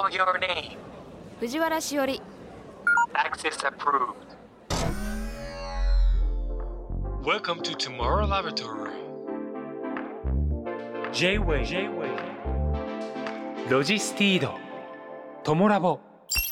Spell your name. 藤原しおり。 Access approved. Welcome to Tomorrow Laboratory. J-Way ロジスティードトモラボ。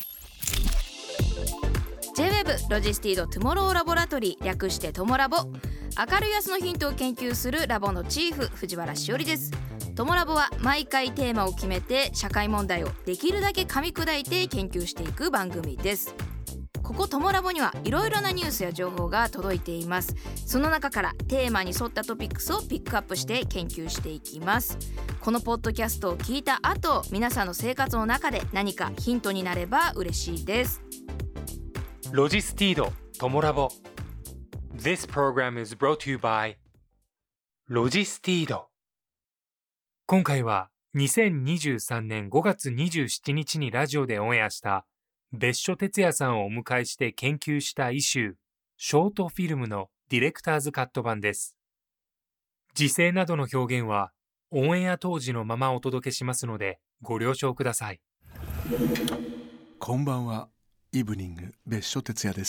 J-Web ロジスティードトゥモローラボラトリー、略してトモラボ。明るい明日のヒントを研究するラボのチーフ、藤原しおりです。トモラボは毎回テーマを決めて社会問題をできるだけ噛み砕いて研究していく番組です。ここトモラボにはいろいろなニュースや情報が届いています。その中からテーマに沿ったトピックスをピックアップして研究していきます。このポッドキャストを聞いた後、皆さんの生活の中で何かヒントになれば嬉しいです。 ロジスティードトモラボ。 This program is brought to you by ロジスティード。今回は2023年5月27日にラジオでオンエアした別所哲也さんをお迎えして研究したイシュー、ショートフィルムのディレクターズカット版です。時制などの表現はオンエア当時のままお届けしますのでご了承ください。 こんばんは、イブニング別所哲也です。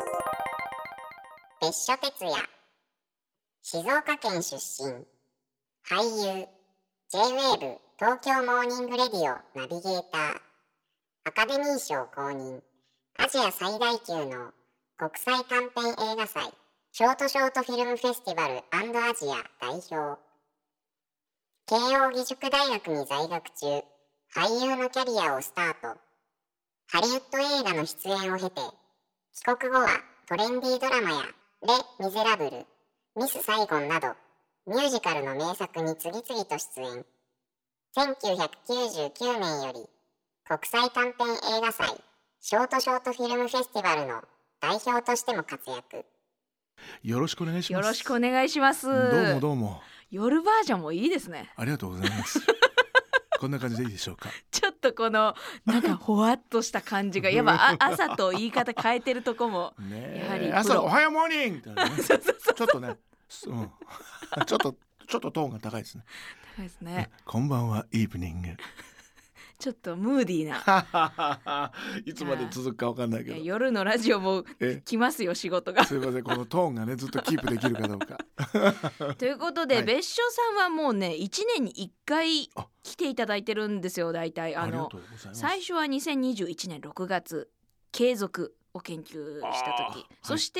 別所哲也、静岡県出身、俳優、J-Wave 東京モーニングレディオナビゲーター、アカデミー賞公認、アジア最大級の国際短編映画祭ショートフィルムフェスティバル&アジア代表、慶應義塾大学に在学中、俳優のキャリアをスタート。ハリウッド映画の出演を経て、帰国後はトレンディードラマやレ・ミゼラブル、ミス・サイゴンなどミュージカルの名作に次々と出演。1999年より国際短編映画祭ショートフィルムフェスティバルの代表としても活躍。 よろしくお願いします。 よろしくお願いします。 どうも夜バージョンもいいですね。 ありがとうございますこんな感じでいいでしょうか。 ちょっとこのなんかほわっとした感じがやっぱ朝と言い方変えてるとこもやはり朝おはようモーニングみたいなねちょっとね、ちょっとトーンが高いですね。 高いですね。 こんばんは、イブニングちょっとムーディーないつまで続くか分かんないけど、 夜のラジオも来ますよ、仕事が。 すいません、このトーンがねずっとキープできるかどうかということで、 はい、 別所さんはもうね1年に1回来ていただいてるんですよ。大体ありがとうございます。 最初は2021年6月継続を研究した時、そして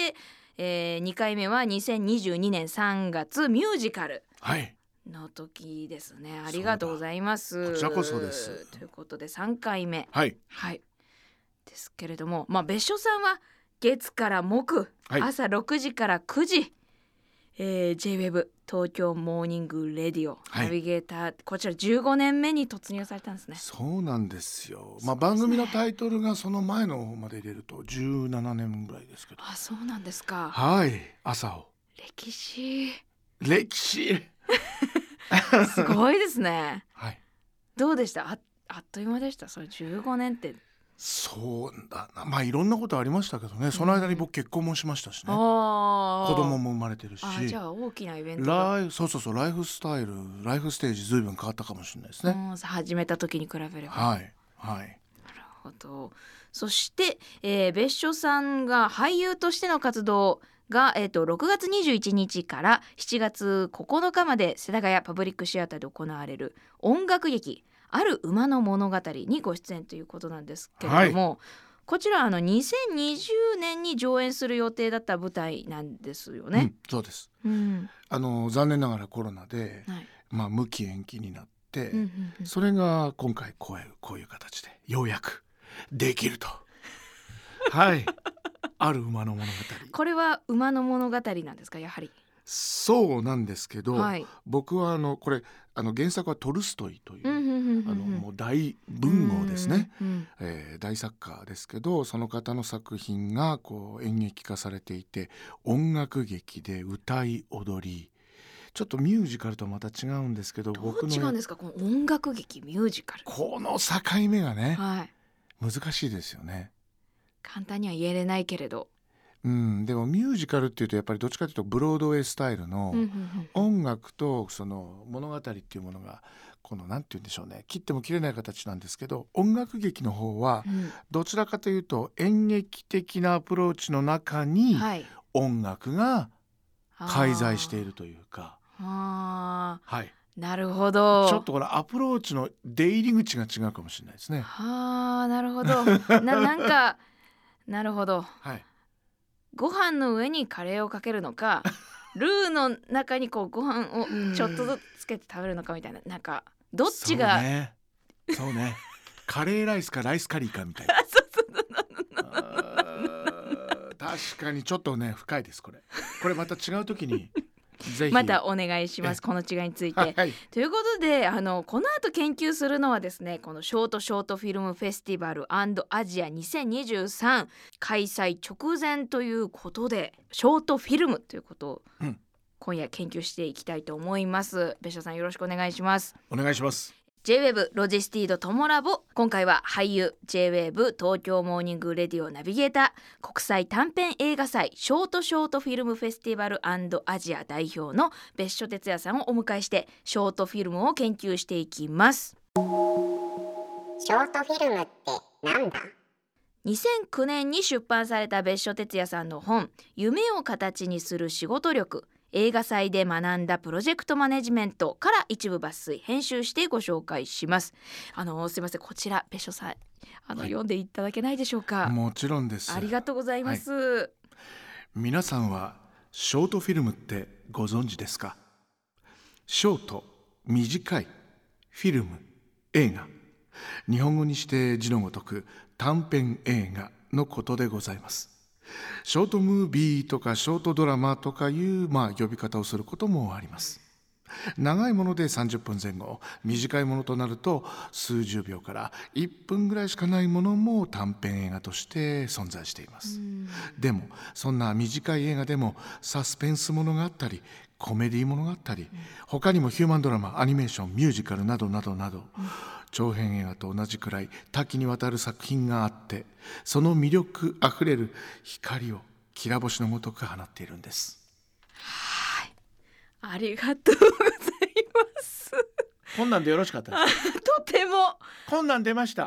、2回目は2022年3月ミュージカルの時ですね。ありがとうございます。 こちらこそです。 ということで3回目、 はいですけれども、別所さんは月から木、朝6時から9時、J-Web 東京モーニングレディオナビゲーター、こちら15年目に突入されたんですね。 そうなんですよ。番組のタイトルがその前の方まで入れると17年ぐらいですけど。 あ、そうなんですか。 はい、朝を歴史すごいですねどうでした？あっという間でした？それ15年って。 そうだな、いろんなことありましたけどね、その間に僕結婚もしましたしね、子供も生まれてるし、 じゃあ大きなイベントがそうライフスタイル、ライフステージずいぶん変わったかもしれないですね。 始めた時に比べれば。 はい、 なるほど。そして、別所さんが俳優としての活動が、6月21日から7月9日まで世田谷パブリックシアターで行われる音楽劇ある馬の物語にご出演ということなんですけれども、こちら2020年に上演する予定だった舞台なんですよね。 そうです、残念ながらコロナで、無期延期になって、それが今回こういう形でようやくできるとある馬の物語。 これは馬の物語なんですか？やはりそうなんですけど、僕はこれ原作はトルストイという、もう大文豪ですね、大作家ですけど、その方の作品がこう演劇化されていて、音楽劇で歌い踊り、ちょっとミュージカルとはまた違うんですけど、 どう違うんですか？この音楽劇ミュージカル、 この境目がね、難しいですよね。 簡単には言えれないけれど、 でもミュージカルっていうとやっぱりどっちかというとブロードウェイスタイルの音楽とその物語っていうものがこのなんて言うんでしょうね、切っても切れない形なんですけど、音楽劇の方はどちらかというと演劇的なアプローチの中に音楽が介在しているというか、 はい、なるほちど。 ょっとこのアプローチの出入り口が違うかもしれないですね。 なるほどなんかなるほど、 はい、 ご飯の上にカレーをかけるのかルーの中にこうご飯をちょっとずつつけて食べるのかみたいな、なんかどっちがそうねカレーライスかライスカリーかみたいな確かにちょっとね深いです。これまた違う時にぜひまたお願いします、この違いについて、はい、ということでこの後研究するのはですね、このショートフィルムフェスティバル&アジア2023開催直前ということで、ショートフィルムということを今夜研究していきたいと思います。別所さんよろしくお願いします。 お願いします。 J-WAVE ロジスティードトモラボ、今回は俳優 J-WAVE 東京モーニングレディオナビゲーター、国際短編映画祭ショートフィルムフェスティバル&アジア代表の別所哲也さんをお迎えしてショートフィルムを研究していきます。 ショートフィルムってなんだ ？2009年に出版された別所哲也さんの本、夢を形にする仕事力、映画祭で学んだプロジェクトマネジメントから一部抜粋編集してご紹介します。すいません、こちら別所さん読んでいただけないでしょうか？ もちろんです。 ありがとうございます、 皆さんはショートフィルムってご存知ですか？ショート、短い、フィルム、映画、日本語にして字のごとく短編映画のことでございます。ショートムービーとかショートドラマとかいう、呼び方をすることもあります。長いもので30分前後、短いものとなると数十秒から1分ぐらいしかないものも短編映画として存在しています。でもそんな短い映画でもサスペンスものがあったり、コメディものがあったり、他にもヒューマンドラマ、アニメーション、ミュージカルなどなどなど、長編映画と同じくらい多岐にわたる作品があって、その魅力あふれる光をきら星のごとく放っているんです。 はい、ありがとうございます。 こんなんでよろしかったですか？ とてもこんなん出ました、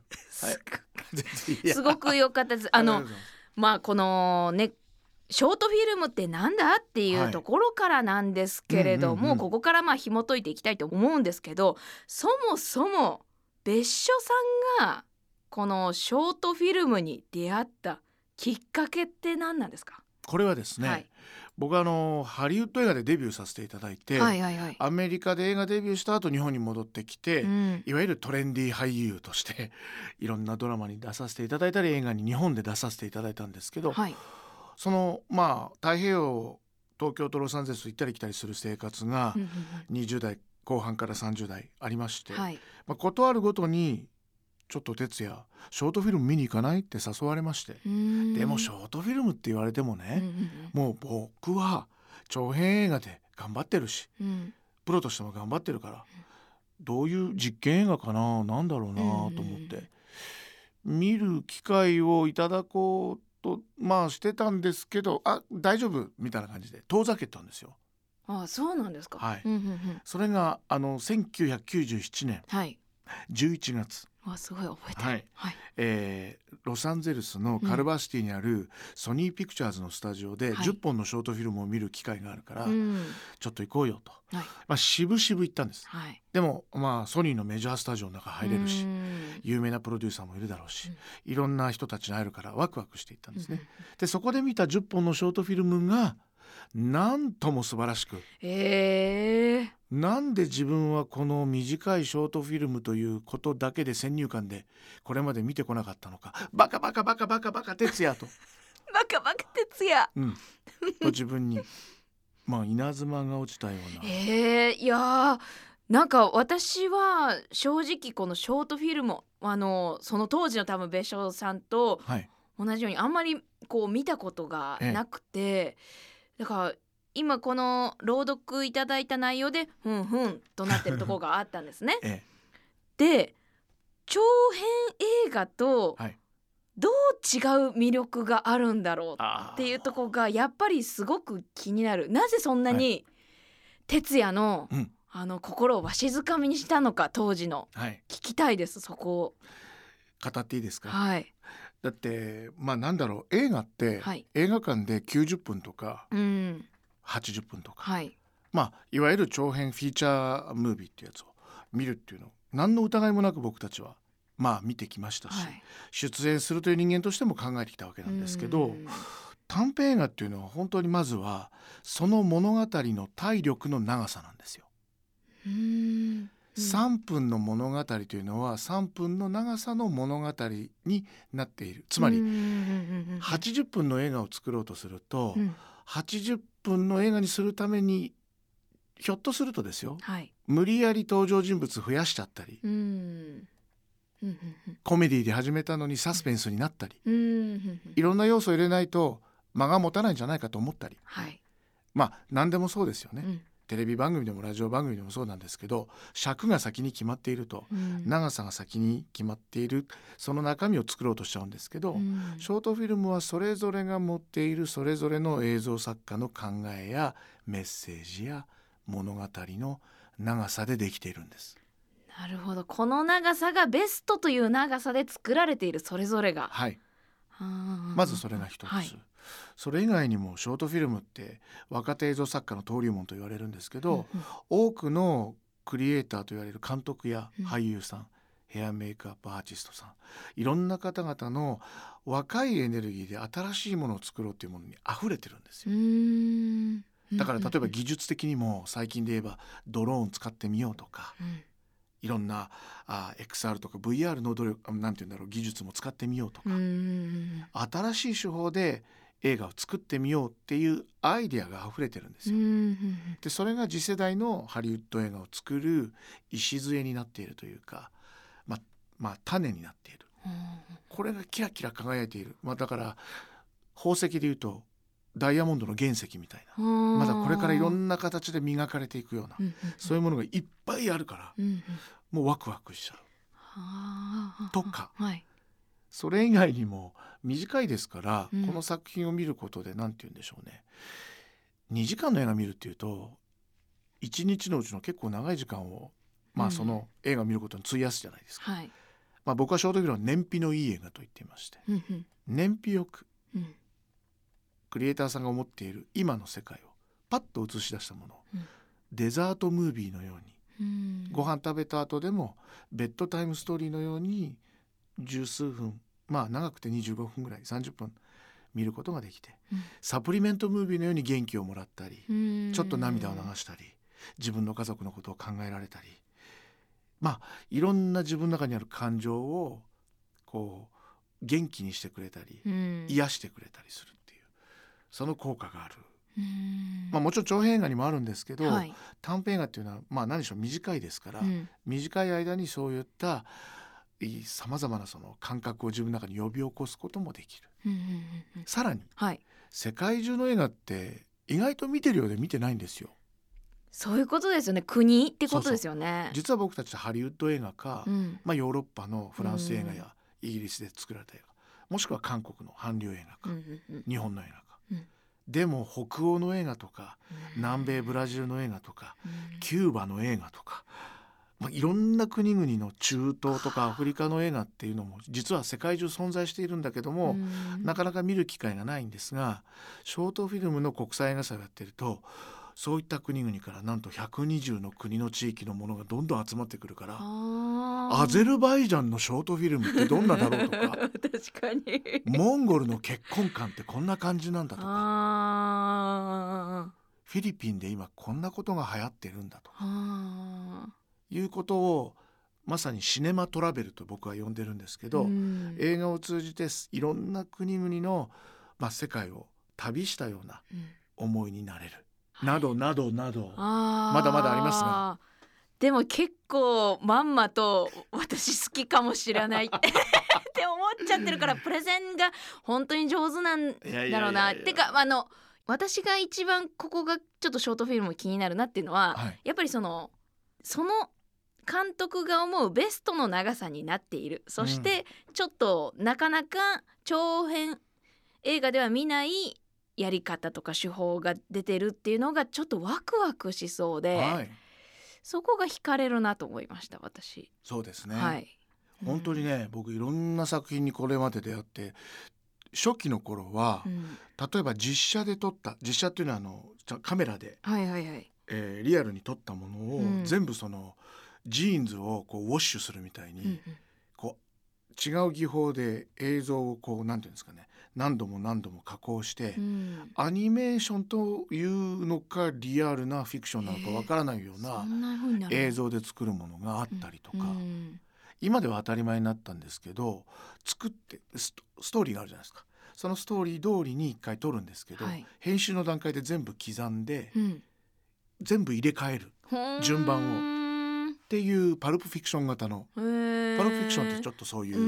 すごく良かったです。このね、ショートフィルムってなんだっていうところからなんですけれども、ここから紐解いていきたいと思うんですけど、そもそも別所さんがこのショートフィルムに出会ったきっかけって何なんですか？ これはですね、僕はハリウッド映画でデビューさせていただいて、アメリカで映画デビューした後日本に戻ってきて、いわゆるトレンディー俳優としていろんなドラマに出させていただいたり、映画に日本で出させていただいたんですけど、その太平洋、東京とロサンゼルス行ったり来たりする生活が20代後半から30代ありまして、ことあるごとにちょっと哲也ショートフィルム見に行かないって誘われまして、でもショートフィルムって言われてもね、もう僕は長編映画で頑張ってるし、プロとしても頑張ってるから、どういう実験映画かな、なんだろうなと思って、見る機会をいただこうとしてたんですけど、大丈夫みたいな感じで遠ざけたんですよ。 そうなんですか。 それが1997年11月、 すごい覚えてる、 ロサンゼルスのカルバーシティにあるソニーピクチャーズのスタジオで10本のショートフィルムを見る機会があるから、ちょっと行こうよと、渋々行ったんです。でもソニーのメジャースタジオの中入れるし、有名なプロデューサーもいるだろうし、いろんな人たちに会えるからワクワクしていったんですね。でそこで見た10本のショートフィルムがなんとも素晴らしく、なんで自分はこの短いショートフィルムということだけで先入観でこれまで見てこなかったのか、バカ哲也とバカ哲也、 と自分に稲妻が落ちたような。 いやなんか私は正直このショートフィルム、その当時の多分別所さんと同じようにあんまり見たことがなくて、だから今この朗読いただいた内容でふんふんとなってるところがあったんですね。で長編映画とどう違う魅力があるんだろうっていうところがやっぱりすごく気になる。なぜそんなに哲也の心をわしづかみにしたのか当時の、 はい、 聞きたいです。そこを語っていいですか？ はい。 だってなんだろう、映画って、はい、映画館で90分とか、80分とか、はい、いわゆる長編フィーチャームービーっていうやつを見るっていうの何の疑いもなく僕たちは見てきましたし、はい、出演するという人間としても考えてきたわけなんですけど、短編映画っていうのは本当にまずはその物語の体力の長さなんですよ。3分の物語というのは3分の長さの物語になっている。つまり80分の映画を作ろうとすると、80分の映画にするためにひょっとするとですよ、はい、無理やり登場人物増やしちゃったり、コメディで始めたのにサスペンスになったり、いろんな要素を入れないと間が持たないんじゃないかと思ったり、はい、何でもそうですよね、テレビ番組でもラジオ番組でもそうなんですけど、尺が先に決まっていると、長さが先に決まっている、その中身を作ろうとしちゃうんですけど、ショートフィルムはそれぞれが持っているそれぞれの映像作家の考えやメッセージや物語の長さでできているんです。 なるほど。この長さがベストという長さで作られている、それぞれが、 はい、まずそれが一つ、はい、それ以外にもショートフィルムって若手映像作家の登竜門と言われるんですけど、多くのクリエイターと言われる監督や俳優さん、ヘアメイクアップアーティストさん、いろんな方々の若いエネルギーで新しいものを作ろうというものに溢れてるんですよ。だから例えば技術的にも最近で言えばドローン使ってみようとか、いろんなXR とか VR の技術も使ってみようとか、新しい手法で映画を作ってみようっていうアイデアが溢れてるんですよ。でそれが次世代のハリウッド映画を作る礎になっているというか、種になっている、これがキラキラ輝いている、だから宝石でいうとダイヤモンドの原石みたいな、まだこれからいろんな形で磨かれていくような、そういうものがいっぱいあるから、もうワクワクしちゃうとか、はい、それ以外にも短いですから、この作品を見ることで何て言うんでしょうね、2時間の映画見るっていうと1日のうちの結構長い時間を、その映画を見ることに費やすじゃないですか、はい、僕はショートフィルムは燃費のいい映画と言っていまして、燃費よく、クリエイターさんが思っている今の世界をパッと映し出したものを、デザートムービーのように、ご飯食べた後でもベッドタイムストーリーのように十数分、長くて25分ぐらい30分見ることができて、サプリメントムービーのように元気をもらったり、ちょっと涙を流したり、自分の家族のことを考えられたり、いろんな自分の中にある感情をこう元気にしてくれたり、癒してくれたりするっていう、その効果がある。もちろん長編映画にもあるんですけど、はい、短編映画っていうのは何でしょう、短いですから、短い間にそういったさまざまなその感覚を自分の中に呼び起こすこともできる。さらに、はい、世界中の映画って意外と見てるようで見てないんですよ。 そういうことですよね。国ってことですよね。 そう実は僕たちハリウッド映画か、ヨーロッパのフランス映画やイギリスで作られた映画、もしくは韓国の韓流映画か、日本の映画か、でも北欧の映画とか、南米ブラジルの映画とか、キューバの映画とか、いろんな国々の中東とかアフリカの映画っていうのも実は世界中存在しているんだけども、なかなか見る機会がないんですが、ショートフィルムの国際映画祭をやってると、そういった国々からなんと120の国の地域のものがどんどん集まってくるから、アゼルバイジャンのショートフィルムってどんなだろうとか確かにモンゴルの結婚観ってこんな感じなんだとか、フィリピンで今こんなことが流行ってるんだとかいうことを、まさにシネマトラベルと僕は呼んでるんですけど、映画を通じていろんな国々の、世界を旅したような思いになれる、などなどなど、まだまだありますが、 でも結構まんまと私好きかもしれないって思っちゃってるから、プレゼンが本当に上手なんだろうな。てか私が一番ここがちょっとショートフィルム気になるなっていうのは、やっぱりその監督が思うベストの長さになっている。そしてちょっとなかなか長編映画では見ないやり方とか手法が出てるっていうのがちょっとワクワクしそうで、 そこが惹かれるなと思いました私。 そうですね、 はい、 本当にね、僕いろんな作品にこれまで出会って、初期の頃は、例えば実写で撮った、実写っていうのはカメラで、リアルに撮ったものを、全部そのジーンズをこうウォッシュするみたいに、こう違う技法で映像をこうなんていうんですかね、何度も何度も加工して、アニメーションというのかリアルなフィクションなのかわからないような映像で作るものがあったりとか、今では当たり前になったんですけど、作ってストーリーがあるじゃないですか。そのストーリー通りに一回撮るんですけど、編集の段階で全部刻んで、全部入れ替える順番をっていうパルプフィクション型の、パルプフィクションってちょっとそういう、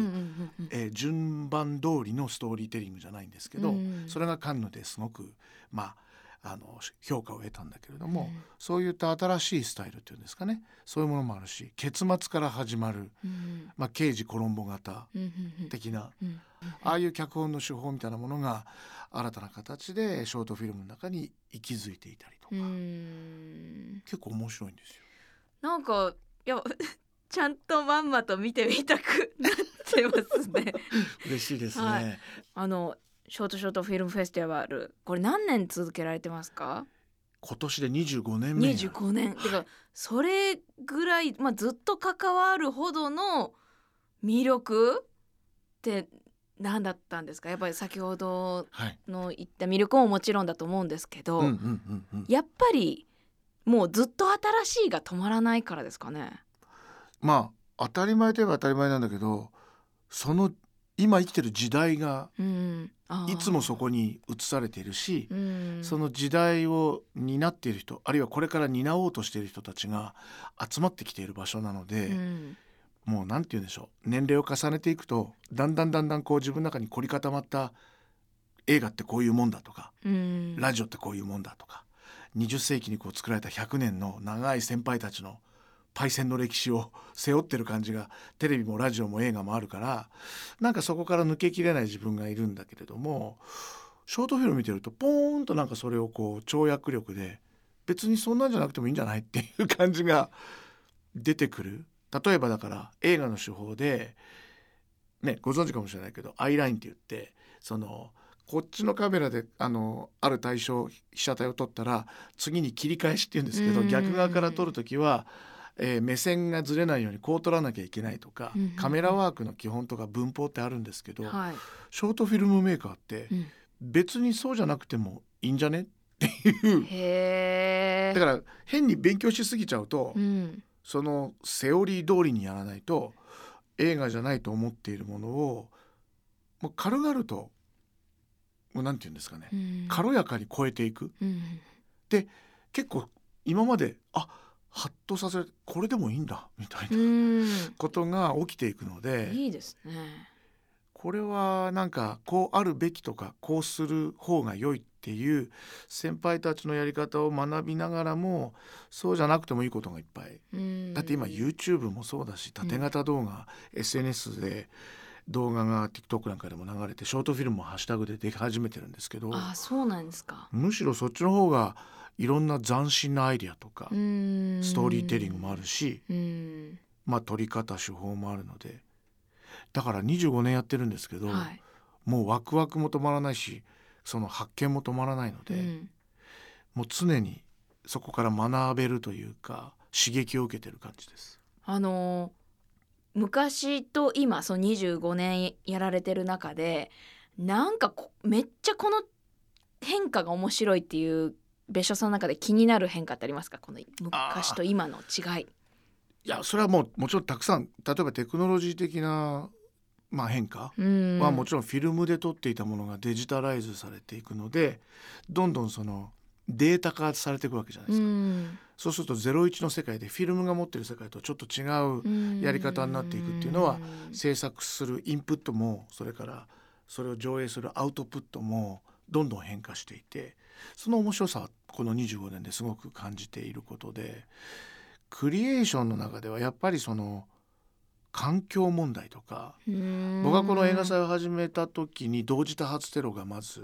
順番通りのストーリーテリングじゃないんですけど、それがカンヌですごく評価を得たんだけれども、そういった新しいスタイルっていうんですかね、そういうものもあるし、結末から始まる、刑事コロンボ型的な、ああいう脚本の手法みたいなものが新たな形でショートフィルムの中に息づいていたりとか、結構面白いんですよ。 なんかいやちゃんとまんまと見てみたくなってますね嬉しいですね、 ショートフィルムフェスティバル、これ何年続けられてますか？ 今年で25年目。 25年てかそれぐらい、ずっと関わるほどの魅力って何だったんですか？やっぱり先ほどの言った魅力ももちろんだと思うんですけど、やっぱりもうずっと新しいが止まらないからですかね。 当たり前といえば当たり前なんだけど、その今生きてる時代がいつもそこに映されているし、その時代を担っている人、あるいはこれから担おうとしている人たちが集まってきている場所なので、もうなんて言うんでしょう、年齢を重ねていくとだんだんこう自分の中に凝り固まった映画ってこういうもんだとか、ラジオってこういうもんだとか、20世紀にこう作られた100年の長い先輩たちのパイセンの歴史を背負ってる感じがテレビもラジオも映画もあるから、なんかそこから抜けきれない自分がいるんだけれども、ショートフィルム見てるとポーンとなんかそれをこう跳躍力で、別にそんなんじゃなくてもいいんじゃないっていう感じが出てくる。例えばだから映画の手法でね、ご存知かもしれないけどアイラインって言って、そのこっちのカメラである対象被写体を撮ったら次に切り返しっていうんですけど、逆側から撮るときは目線がずれないようにこう撮らなきゃいけないとか、カメラワークの基本とか文法ってあるんですけど、ショートフィルムメーカーって別にそうじゃなくてもいいんじゃねっていう、だから変に勉強しすぎちゃうと、そのセオリー通りにやらないと映画じゃないと思っているものをもう軽々ともうなんていうんですかね、軽やかに超えていく、で結構今までハッとさせる、これでもいいんだみたいなことが起きていくので、 いいですね。 これはなんかこうあるべきとかこうする方が良いっていう先輩たちのやり方を学びながらも、そうじゃなくてもいいことがいっぱい。だって今 YouTube もそうだし、縦型動画、SNS で動画が TikTok なんかでも流れて、ショートフィルムもハッシュタグででき始めてるんですけど、 そうなんですか。 むしろそっちの方がいろんな斬新なアイディアとかストーリーテリングもあるし、撮り方手法もあるので、だから25年やってるんですけど、もうワクワクも止まらないし、その発見も止まらないので、もう常にそこから学べるというか刺激を受けてる感じです。 昔と今、その25年やられてる中で、なんかめっちゃこの変化が面白いっていう別所さんの中で気になる変化ってありますか？この昔と今の違い。 いや、それはもちろんたくさん、例えばテクノロジー的な変化はもちろんフィルムで撮っていたものがデジタライズされていくので、どんどんそのデータ化されていくわけじゃないですか。そうすると01の世界でフィルムが持っている世界とちょっと違うやり方になっていくっていうのは、制作するインプットも、それからそれを上映するアウトプットもどんどん変化していて、その面白さはこの25年ですごく感じていることで、クリエーションの中ではやっぱりその環境問題とか、僕がこの映画祭を始めた時に同時多発テロがまず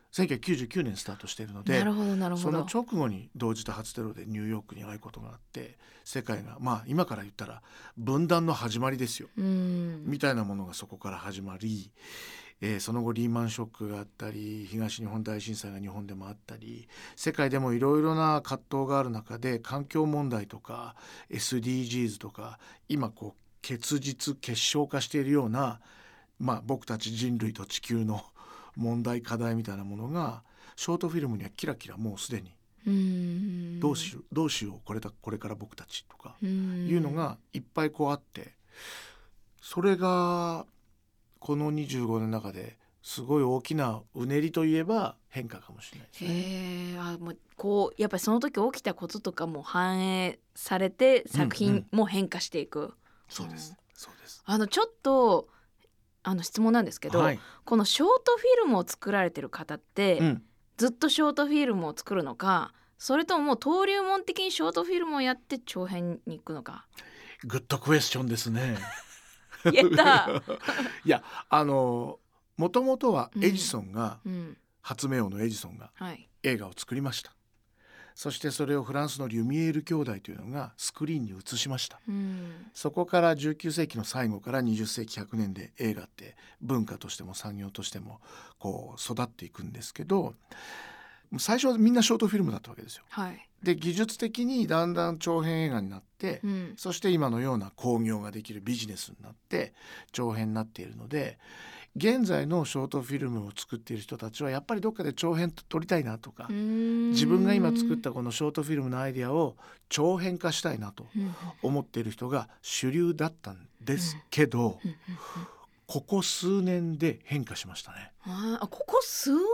1999年スタートしているので、 なるほどなるほど。 その直後に同時多発テロでニューヨークにああいうことがあって、世界が今から言ったら分断の始まりですよ、みたいなものがそこから始まり、その後リーマンショックがあったり、東日本大震災が日本でもあったり、世界でもいろいろな葛藤がある中で、環境問題とか SDGs とか今結晶化しているような、僕たち人類と地球の問題課題みたいなものがショートフィルムにはキラキラもうすでにどうしようこれから僕たちとかいうのがいっぱいあって、それがこの25年の中ですごい大きなうねりといえば変化かもしれないですね。 もうやっぱりその時起きたこととかも反映されて作品も変化していく、 そうですそうです。 ちょっと質問なんですけど、このショートフィルムを作られてる方って、ずっとショートフィルムを作るのか、それとももう登竜門的にショートフィルムをやって長編に行くのか。 グッドクエスチョンですね。 やったいやもともとはエジソンが、発明王のエジソンが映画を作りました、そしてそれをフランスのリュミエール兄弟というのがスクリーンに映しました、そこから19世紀の最後から20世紀100年で映画って文化としても産業としても育っていくんですけど、最初はみんなショートフィルムだったわけですよ、で技術的にだんだん長編映画になって、そして今のような興行ができるビジネスになって長編になっているので、現在のショートフィルムを作っている人たちはやっぱりどっかで長編撮りたいなとか、自分が今作ったこのショートフィルムのアイデアを長編化したいなと思っている人が主流だったんですけど、ここ数年で変化しましたね。 ここ数年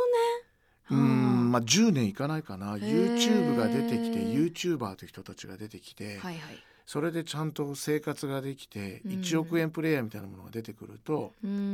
10年いかないかな。 YouTube が出てきて YouTuber という人たちが出てきて、それでちゃんと生活ができて、1億円プレイヤーみたいなものが出てくると、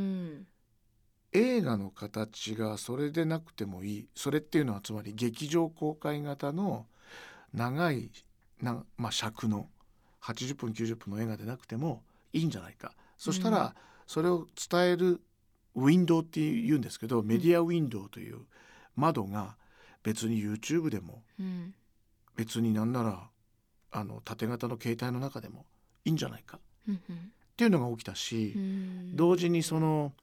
映画の形がそれでなくてもいい。それっていうのはつまり劇場公開型の長い尺の80分90分の映画でなくてもいいんじゃないか。そしたらそれを伝えるウィンドウっていうんですけど、メディアウィンドウという窓が別に YouTube でも、別になんなら縦型の携帯の中でもいいんじゃないかっていうのが起きたし、同時にその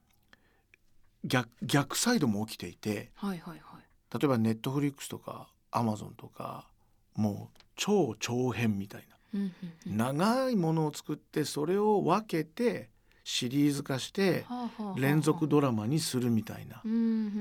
逆サイドも起きていて、例えばネットフリックスとかアマゾンとかもう超長編みたいな、長いものを作ってそれを分けてシリーズ化して連続ドラマにするみたいな、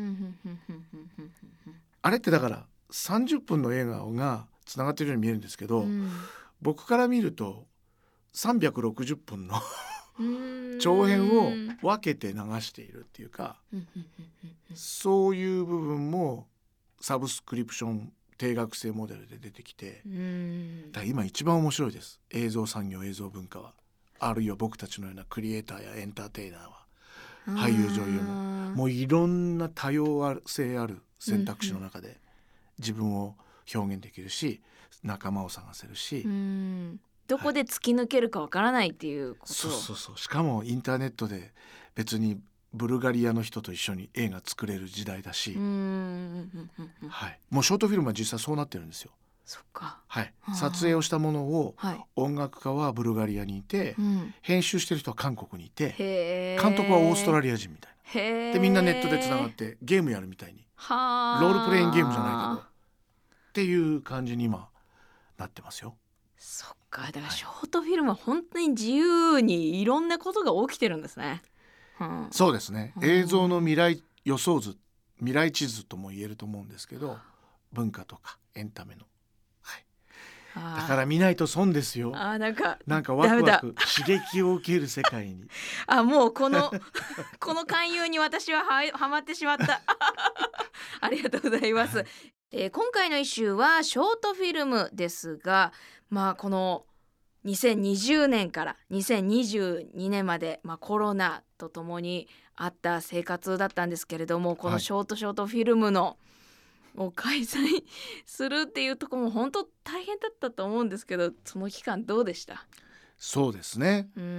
あれってだから30分の映画がつながっているように見えるんですけど、僕から見ると360分の長編を分けて流しているっていうか、そういう部分もサブスクリプション定額制モデルで出てきて、だから今一番面白いです。映像産業映像文化は、あるいは僕たちのようなクリエイターやエンターテイナーは、俳優女優もいろんな多様性ある選択肢の中で自分を表現できるし、仲間を探せるし、 どこで突き抜けるかわからないっていうこと、 そうしかもインターネットで別にブルガリアの人と一緒に映画作れる時代だし、もうショートフィルムは実際そうなってるんですよ。 そっか、 撮影をしたものを、音楽家はブルガリアにいて、編集してる人は韓国にいて、監督はオーストラリア人みたいな、でみんなネットでつながってゲームやるみたいに、ロールプレインゲームじゃないけどっていう感じに今なってますよ。 そっか、だからショートフィルムは本当に自由にいろんなことが起きてるんですね。 そうですね。映像の未来予想図、未来地図とも言えると思うんですけど、文化とかエンタメの、だから見ないと損ですよ。なんかワクワク刺激を受ける世界にもうこの勧誘に私はハマってしまったありがとうございます、今回のイシューはショートフィルムですが、この2020年から2022年まで、コロナとともにあった生活だったんですけれども、このショートフィルムのを開催するっていうところも本当大変だったと思うんですけど、その期間どうでした？ そうですね、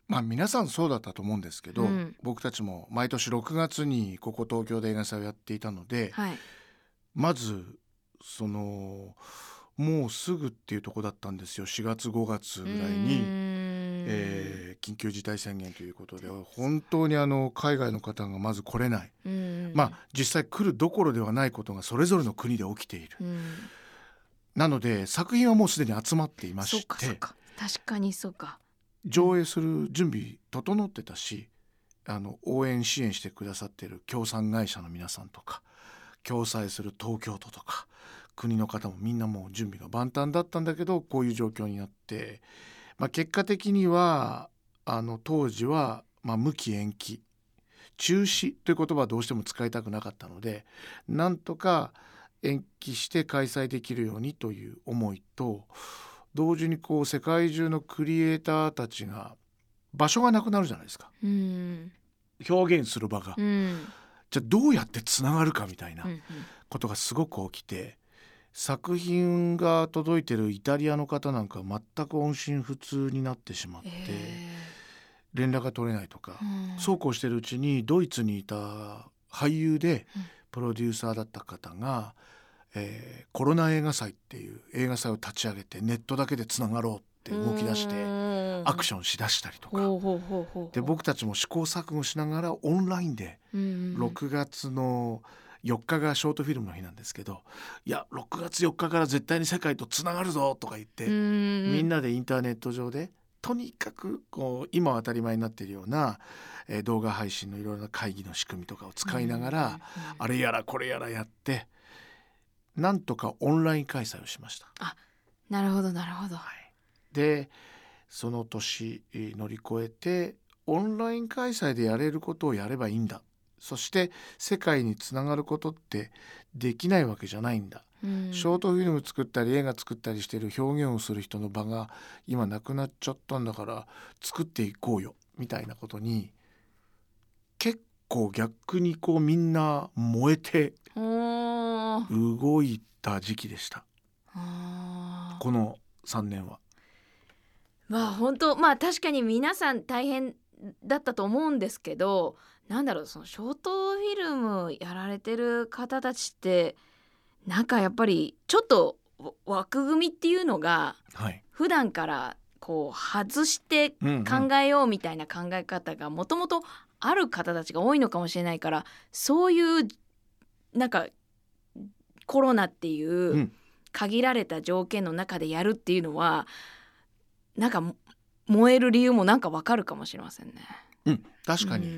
皆さんそうだったと思うんですけど、僕たちも毎年6月にここ東京で映画祭をやっていたので、まずもうすぐっていうとこだったんですよ。4月5月ぐらいに、緊急事態宣言ということで本当に海外の方がまず来れない、実際来るどころではないことがそれぞれの国で起きている、なので作品はもうすでに集まっていまして、 確かにそうか、 上映する準備整ってたし、応援支援してくださっている協賛会社の皆さんとか共催する東京都とか国の方もみんなもう準備が万端だったんだけど、こういう状況になって、結果的には当時は無期延期中止という言葉はどうしても使いたくなかったので、なんとか延期して開催できるようにという思いと、同時に世界中のクリエイターたちが場所がなくなるじゃないですか、表現する場が、じゃあどうやってつながるかみたいなことがすごく起きて、作品が届いてるイタリアの方なんか全く音信不通になってしまって、連絡が取れないとか、そうこうしてるうちにドイツにいた俳優でプロデューサーだった方が、コロナ映画祭っていう映画祭を立ち上げてネットだけでつながろうって動き出してアクションしだしたりとかで、僕たちも試行錯誤しながらオンラインで6月の4日がショートフィルムの日なんですけど、いや6月4日から絶対に世界とつながるぞとか言って、みんなでインターネット上でとにかく今は当たり前になっているような、動画配信のいろいろな会議の仕組みとかを使いながら、あれやらこれやらやってなんとかオンライン開催をしました。 なるほどなるほど、 でその年乗り越えてオンライン開催でやれることをやればいいんだ、そして世界につながることってできないわけじゃないんだ、ショートフィルム作ったり映画作ったりしてる表現をする人の場が今なくなっちゃったんだから作っていこうよみたいなことに結構逆にみんな燃えて動いた時期でした。この3年は本当確かに皆さん大変だったと思うんですけど、そのショートフィルムやられてる方たちってやっぱりちょっと枠組みっていうのが普段から外して考えようみたいな考え方がもともとある方たちが多いのかもしれないから、そういうコロナっていう限られた条件の中でやるっていうのは燃える理由も分かるかもしれませんね。 確かに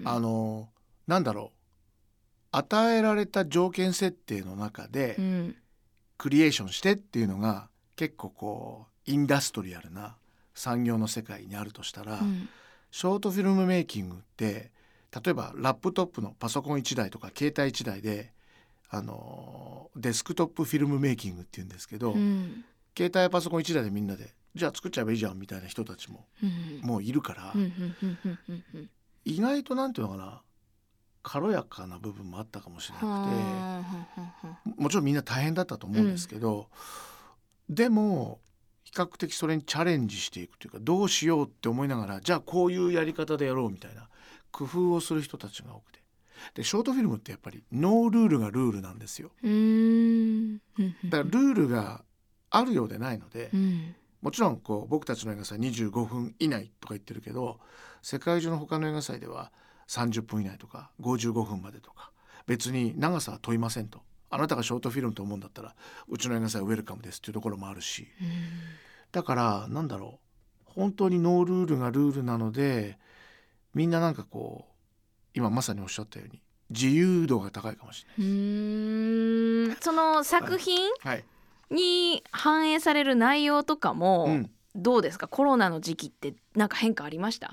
与えられた条件設定の中でクリエーションしてっていうのが結構インダストリアルな産業の世界にあるとしたら、ショートフィルムメイキングって例えばラップトップのパソコン1台とか携帯1台でデスクトップフィルムメイキングっていうんですけど、携帯パソコン1台でみんなでじゃあ作っちゃえばいいじゃんみたいな人たちももういるから、意外となんていうのかな、軽やかな部分もあったかもしれなくて、もちろんみんな大変だったと思うんですけど、でも比較的それにチャレンジしていくというか、どうしようって思いながらじゃあこういうやり方でやろうみたいな工夫をする人たちが多くて、でショートフィルムってやっぱりノールールがルールなんですよ。だからルールがあるようでないので、もちろん僕たちの映画祭25分以内とか言ってるけど、世界中の他の映画祭では30分以内とか55分までとか、別に長さは問いませんと、あなたがショートフィルムと思うんだったらうちの映画祭ウェルカムですっていうところもあるし、だから本当にノールールがルールなので、みんな今まさにおっしゃったように自由度が高いかもしれないです。 その作品に反映される内容とかもどうですか？コロナの時期って変化ありました？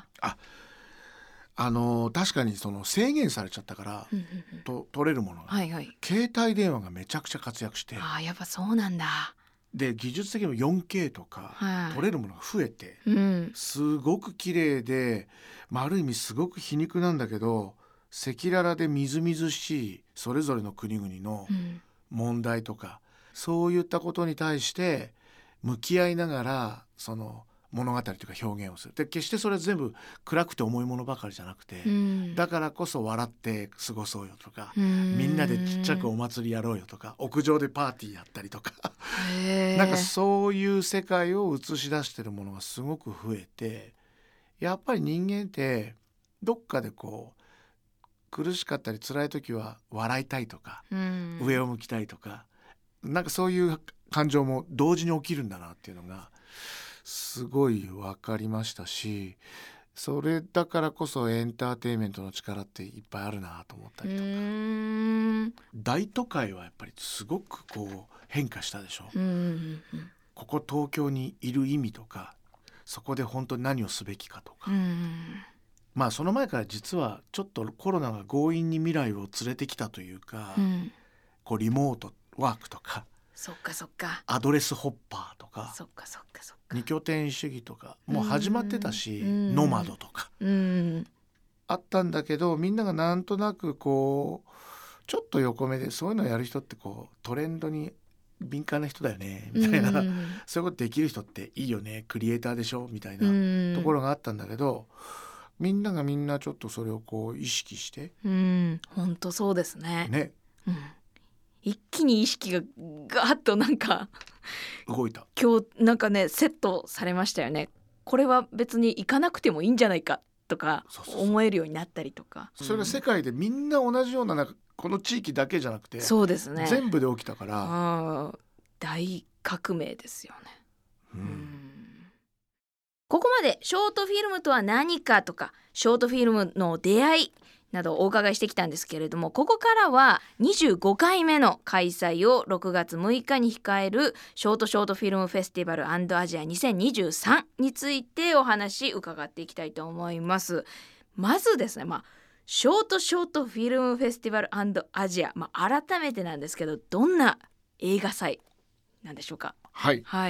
確かに制限されちゃったから、撮れるものが、携帯電話がめちゃくちゃ活躍して、 やっぱそうなんだ。 で技術的にも 4K とか、撮れるものが増えて、すごく綺麗で、ある意味すごく皮肉なんだけど赤裸々でみずみずしいそれぞれの国々の問題とか、そういったことに対して向き合いながら物語というか表現をする。で決してそれは全部暗くて重いものばかりじゃなくて、だからこそ笑って過ごそうよとか、みんなでちっちゃくお祭りやろうよとか、屋上でパーティーやったりとかなんかそういう世界を映し出してるものがすごく増えて、やっぱり人間ってどっかでこう苦しかったり辛い時は笑いたいとか、上を向きたいとか、なんかそういう感情も同時に起きるんだなっていうのがすごい分かりましたし、それだからこそエンターテインメントの力っていっぱいあるなと思ったりとか。大都会はやっぱりすごくこう変化したでしょ。ここ東京にいる意味とか、そこで本当に何をすべきかとか、まあその前から実はちょっとコロナが強引に未来を連れてきたというか、こうリモートワークとか、 そっかそっか、 アドレスホッパーとか、 そっかそっかそっか、 二拠点主義とかもう始まってたし、ノマドとかあったんだけど、みんながなんとなくこうちょっと横目でそういうのをやる人ってこうトレンドに敏感な人だよねみたいな、そういうことできる人っていいよね、クリエイターでしょみたいなところがあったんだけど、みんながみんなちょっとそれをこう意識して、 本当そうですね。一気に意識がガーッとなんか動いた。 今日なんかねセットされましたよね。これは別に行かなくてもいいんじゃないかとか思えるようになったりとか、 それが世界でみんな同じような、この地域だけじゃなくて、 そうですね、 全部で起きたから、 大革命ですよね。ここまでショートフィルムとは何かとか、ショートフィルムの出会いなどをお伺いしてきたんですけれども、ここからは25回目の開催を6月6日に控えるショートフィルムフェスティバル&アジア2023についてお話伺っていきたいと思います。まずですね、ショートフィルムフェスティバル&アジア、改めてなんですけど、どんな映画祭なんでしょうか。 はい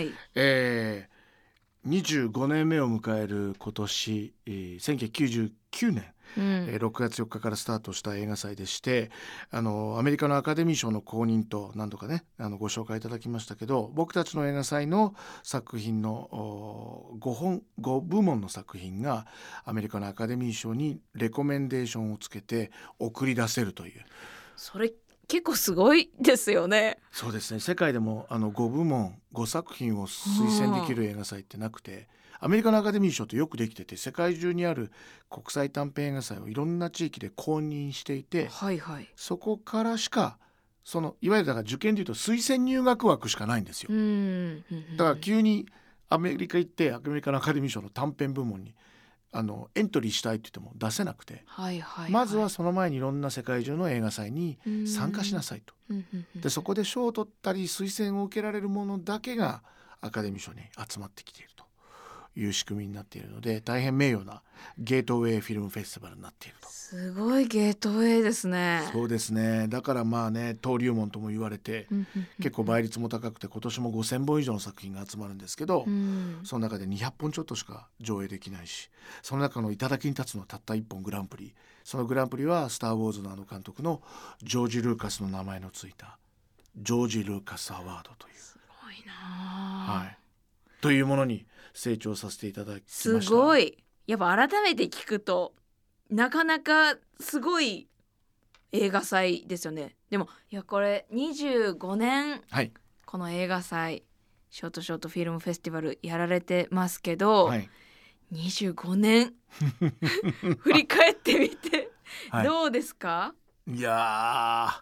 、25年目を迎える今年、1999年、6月4日からスタートした映画祭でして、アメリカのアカデミー賞の公認と何度かねご紹介いただきましたけど、僕たちの映画祭の作品の5部門の作品がアメリカのアカデミー賞にレコメンデーションをつけて送り出せるという、 それ結構すごいですよね。 そうですね、世界でも5部門5作品を推薦できる映画祭ってなくて、アメリカのアカデミー賞ってよくできてて、世界中にある国際短編映画祭をいろんな地域で公認していて、そこからしかいわゆるだから受験でいうと推薦入学枠しかないんですよ。だから急にアメリカ行ってアメリカのアカデミー賞の短編部門にエントリーしたいって言っても出せなくて、まずはその前にいろんな世界中の映画祭に参加しなさいと。でそこで賞を取ったり推薦を受けられるものだけがアカデミー賞に集まってきているという仕組みになっているので、大変名誉なゲートウェイフィルムフェスティバルになっていると。 すごいゲートウェイですね。 そうですね、だから登竜門とも言われて、結構倍率も高くて今年も5000本以上の作品が集まるんですけど、その中で200本ちょっとしか上映できないし、その中の頂に立つのはたった1本グランプリ、そのグランプリはスター・ウォーズの監督のジョージ・ルーカスの名前のついたジョージ・ルーカス・アワードという、 すごいな、 というものに成長させていただきました。 すごい、やっぱ改めて聞くとなかなかすごい映画祭ですよね。でもこれ25年、この映画祭ショートフィルムフェスティバルやられてますけど、25年振り返ってみて、どうですか。 いや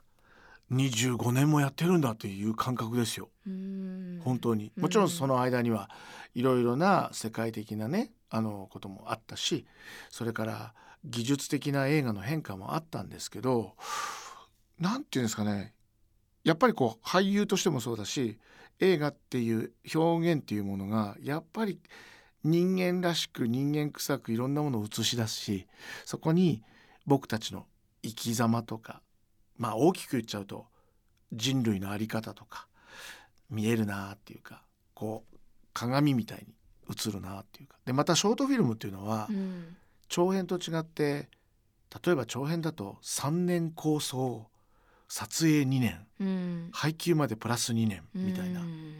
25年もやってるんだという感覚ですよ。本当に。もちろんその間にはいろいろな世界的なねこともあったし、それから技術的な映画の変化もあったんですけど、なんていうんですかね、やっぱり俳優としてもそうだし、映画っていう表現っていうものがやっぱり人間らしく人間臭くいろんなものを映し出すし、そこに僕たちの生き様とか、大きく言っちゃうと人類の在り方とか見えるなっていうか、鏡みたいに映るなっていうか。でまたショートフィルムっていうのは、長編と違って、例えば長編だと3年構想、撮影2年、配給までプラス2年みたいな、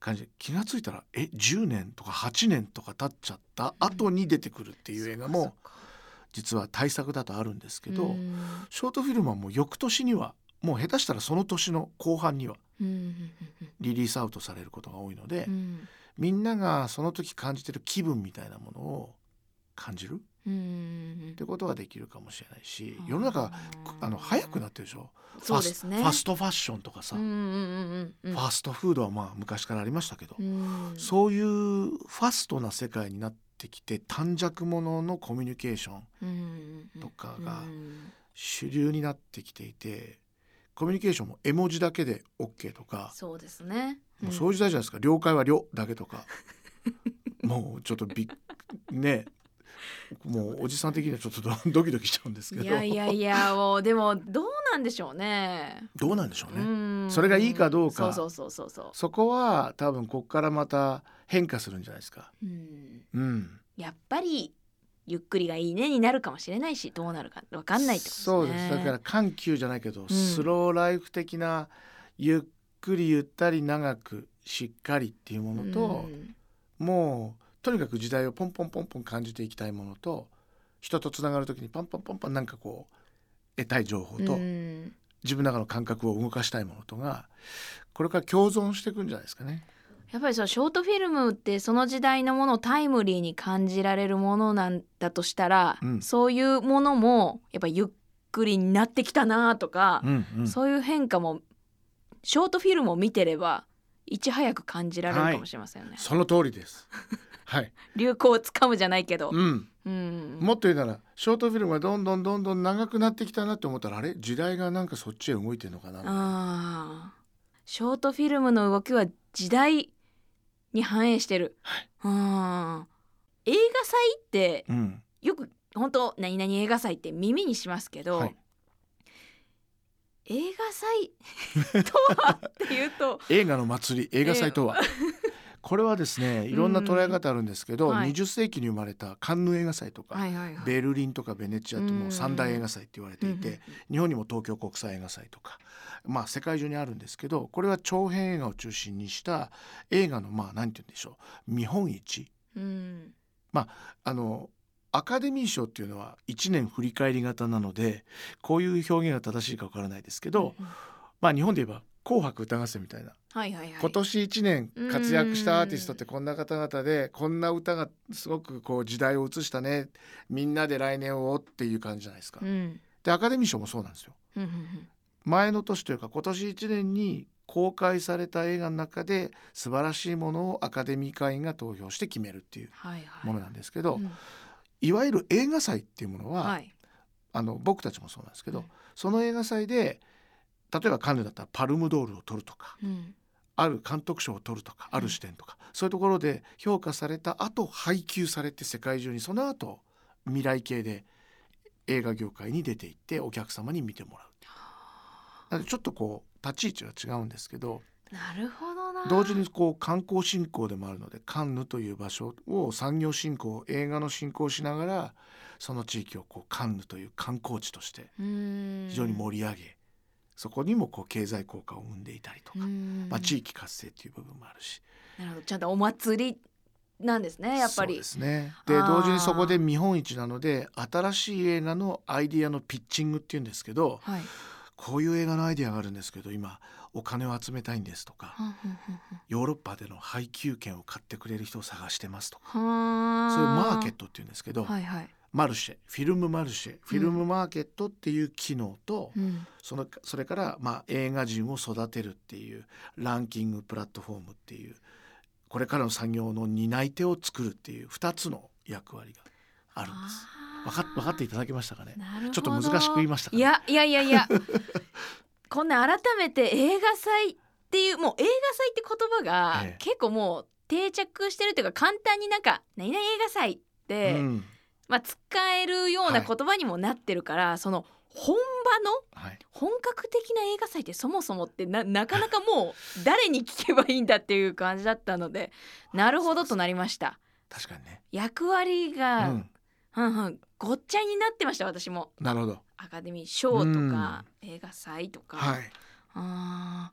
感じで気がついたら10年とか8年とか経っちゃった後に出てくるっていう映画も実は大作だとあるんですけど、ショートフィルムはもう翌年にはもう下手したらその年の後半にはリリースアウトされることが多いので、みんながその時感じてる気分みたいなものを感じるってことができるかもしれないし、世の中早くなってるでしょ。 そうですね、 ファストファッションとかさ、ファストフードはまあ昔からありましたけど、そういうファストな世界になってきて、短尺もののコミュニケーションとかが主流になってきていて、コミュニケーションも絵文字だけで OK とか、 そうですね、 もうそういう時代じゃないですか。了解は了だけとかもうちょっとね、もうおじさん的にはちょっとドキドキしちゃうんですけど、 いやもうでもどうなんでしょうね。 どうなんでしょうね。それがいいかどうか、そこは多分ここからまた変化するんじゃないですか。 やっぱりゆっくりがいいねになるかもしれないし、どうなるか分かんないってことですね。 そうです。だから緩急じゃないけど、スローライフ的なゆっくりゆったり長くしっかりっていうものと、もうとにかく時代をポンポンポンポン感じていきたいものと、人とつながるときにパンパンパンパンなんかこう得たい情報と、自分の中の感覚を動かしたいものとがこれから共存していくんじゃないですかね。 やっぱりショートフィルムってその時代のものをタイムリーに感じられるものなんだとしたら、そういうものもやっぱゆっくりになってきたなとか、そういう変化もショートフィルムを見てればいち早く感じられるかもしれませんね。 その通りです。 流行をつかむじゃないけど、 もっと言うならショートフィルムがどんどん長くなってきたなって思ったら、あれ時代がなんかそっちへ動いてるのかな。 ショートフィルムの動きは時代に反映してる。映画祭って、よく本当何々映画祭って耳にしますけど、映画祭とはっていうと映画の祭り、映画祭とはこれはですね、いろんな捉え方あるんですけど、20世紀に生まれたカンヌ映画祭とか、ベルリンとかベネチアとも三大映画祭って言われていて、日本にも東京国際映画祭とか、世界中にあるんですけど、これは長編映画を中心にした映画の何て言うんでしょう、見本市、アカデミー賞っていうのは1年振り返り型なので、こういう表現が正しいかわからないですけど、日本で言えば紅白歌合戦みたいな、今年1年活躍したアーティストってこんな方々で、こんな歌がすごくこう時代を映したね、みんなで来年をっていう感じじゃないですか。でアカデミー賞もそうなんですよ。前の年というか今年1年に公開された映画の中で素晴らしいものをアカデミー会員が投票して決めるっていうものなんですけど、いわゆる映画祭っていうものは、僕たちもそうなんですけど、その映画祭で例えばカンヌだったらパルムドールを取るとか、ある監督賞を取るとか、ある視点とか、そういうところで評価された後配給されて、世界中にその後未来系で映画業界に出ていってお客様に見てもらう。なのでちょっとこう立ち位置は違うんですけど、 なるほどな。 同時にこう観光振興でもあるので、カンヌという場所を産業振興、映画の振興しながら、その地域をこうカンヌという観光地として非常に盛り上げ、そこにもこう経済効果を生んでいたりとか、地域活性っていう部分もあるし。 なるほど、ちゃんとお祭りなんですね、やっぱり。 そうですね。で同時にそこで見本市なので、新しい映画のアイディアのピッチングっていうんですけど、こういう映画のアイディアがあるんですけど、今お金を集めたいんですとか、ヨーロッパでの配給権を買ってくれる人を探してますとか、そういうマーケットっていうんですけど、マルシェ、フィルムマルシェ、フィルムマーケットっていう機能と、それから映画人を育てるっていうランキングプラットフォームっていう、これからの産業の担い手を作るっていう2つの役割があるんです。分かっていただけましたかね。ちょっと難しく言いましたかね。 いやこんな改めて映画祭っていう、もう映画祭って言葉が結構もう定着してるというか、簡単になんか何々映画祭って、使えるような言葉にもなってるから、その本場の本格的な映画祭ってそもそもってなかなかもう誰に聞けばいいんだっていう感じだったので、なるほどとなりました。 確かにね、 役割が、ごっちゃになってました、私も。 なるほど。 アカデミー賞とか、映画祭とか、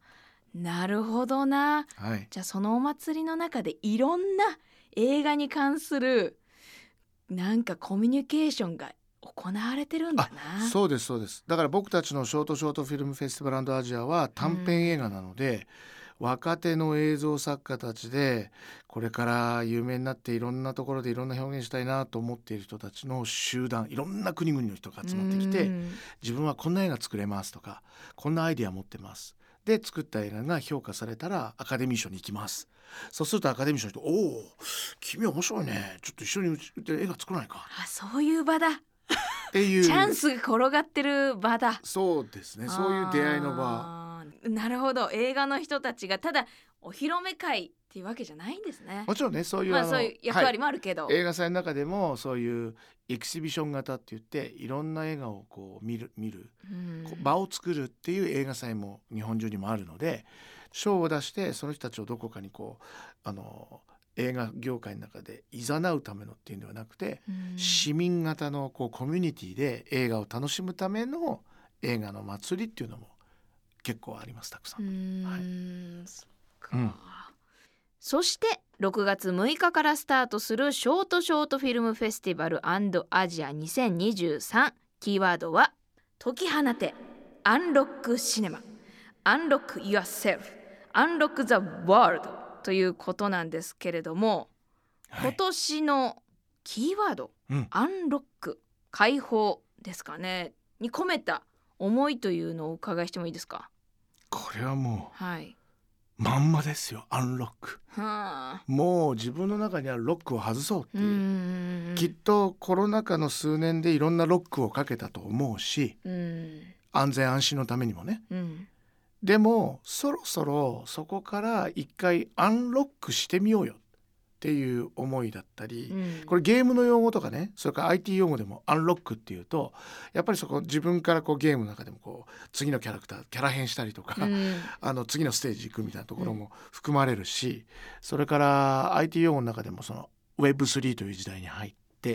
なるほどな、 はい、 じゃあそのお祭りの中でいろんな映画に関するなんかコミュニケーションが行われてるんだな。 そうですそうです。だから僕たちのショートフィルムフェスティバル&アジアは短編映画なので、若手の映像作家たちでこれから有名になっていろんなところでいろんな表現したいなと思っている人たちの集団、いろんな国々の人が集まってきて、自分はこんな映画作れますとか、こんなアイディア持ってますで作った映画が評価されたらアカデミー賞に行きます。そうするとアカデミー賞の人、おお君面白いね、ちょっと一緒に映画作らないか、 そういう場だっていうチャンスが転がってる場だ。 そうですね、そういう出会いの場。 なるほど、映画の人たちがただお披露目会っていうわけじゃないんですね。 もちろんね、そういう、 そういう役割もあるけど、 映画祭の中でもそういうエキシビション型って言っていろんな映画をこう見る、場を作るっていう映画祭も日本中にもあるので、賞を出してその人たちをどこかにこう映画業界の中で誘うためのっていうんではなくて、市民型のこうコミュニティで映画を楽しむための映画の祭りっていうのも結構あります、たくさん。 そっか、そして6月6日からスタートするショートフィルムフェスティバル&アジア2023、キーワードは解き放て、アンロックシネマ、アンロック yourself、アンロック the world ということなんですけれども、今年のキーワード、アンロック、解放ですかねに込めた思いというのをお伺いしてもいいですか。 これはもう、まんまですよ、アンロック。もう自分の中にあるロックを外そうっていう、きっとコロナ禍の数年でいろんなロックをかけたと思うし、安全安心のためにもね、でもそろそろそこから一回アンロックしてみようよっていう思いだったり、これゲームの用語とかね、それから IT 用語でもアンロックっていうと、やっぱりそこ自分からこうゲームの中でもこう次のキャラ変したりとか、次のステージ行くみたいなところも含まれるし、それから IT 用語の中でもその Web3 という時代に入って、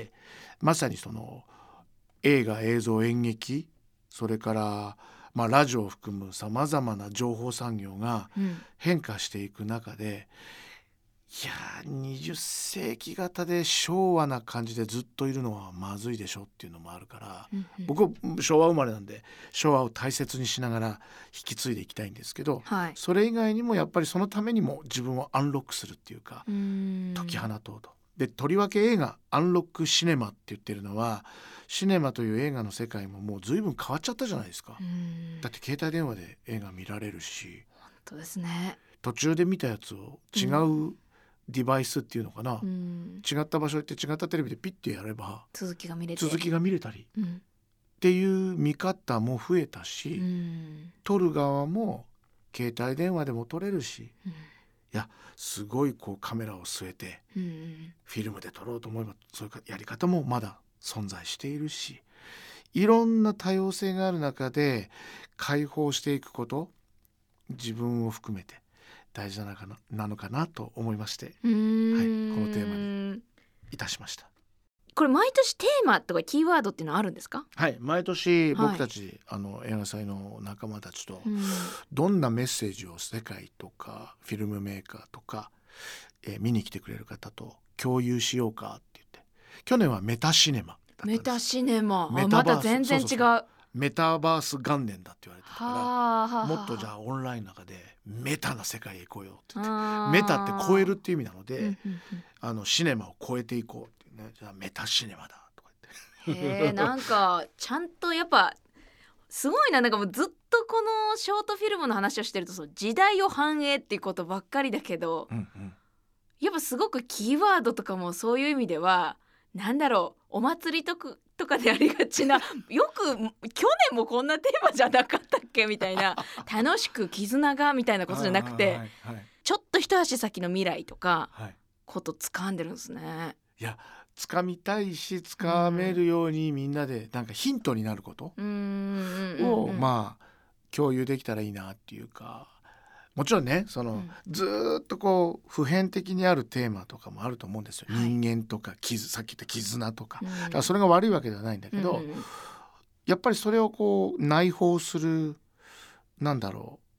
まさにその映画、映像、演劇、それからラジオを含むさまざまな情報産業が変化していく中で、いや20世紀型で昭和な感じでずっといるのはまずいでしょっていうのもあるから、僕昭和生まれなんで昭和を大切にしながら引き継いでいきたいんですけど、それ以外にもやっぱりそのためにも自分をアンロックするっていうか、解き放とうと。で、とりわけ映画アンロックシネマって言ってるのは、シネマという映画の世界ももう随分変わっちゃったじゃないですか。だって携帯電話で映画見られるし、 本当ですね、 途中で見たやつを違うデバイスっていうのかな、違った場所行って違ったテレビでピッてやれば続きが見れたり、っていう見方も増えたし、撮る側も携帯電話でも撮れるし、いやすごいこうカメラを据えて、フィルムで撮ろうと思えばそういうやり方もまだ存在しているし、いろんな多様性がある中で解放していくこと、自分を含めて大事なのかなと思いまして、このテーマにいたしました。 これ毎年テーマとかキーワードっていうのはあるんですか。 毎年僕たち、映画祭の仲間たちとどんなメッセージを世界とかフィルムメーカーとか、見に来てくれる方と共有しようかって言って、去年はメタシネマだったんです。 メタシネマ、また全然違う。 メタバース元年だって言われてたから、もっとじゃあオンラインの中でメタな世界へ行こうよって言って、メタって超えるっていう意味なので、シネマを超えていこうっていうね、じゃあメタシネマだとか言ってなんかちゃんとやっぱすごいな。なんかもうずっとこのショートフィルムの話をしてると、その時代を反映っていうことばっかりだけど、やっぱすごくキーワードとかもそういう意味では、なんだろう、お祭りとかでありがちなよく去年もこんなテーマじゃなかったっけみたいな、楽しく絆がみたいなことじゃなくて、ちょっと一足先の未来とかこと掴んでるんですね。 いや掴みたいし、掴めるようにみんなでなんかヒントになることを共有できたらいいなっていうか、もちろんね、その、ずっとこう普遍的にあるテーマとかもあると思うんですよ、人間とかさっき言った絆とか、だからそれが悪いわけではないんだけど、やっぱりそれをこう内包する、なんだろう、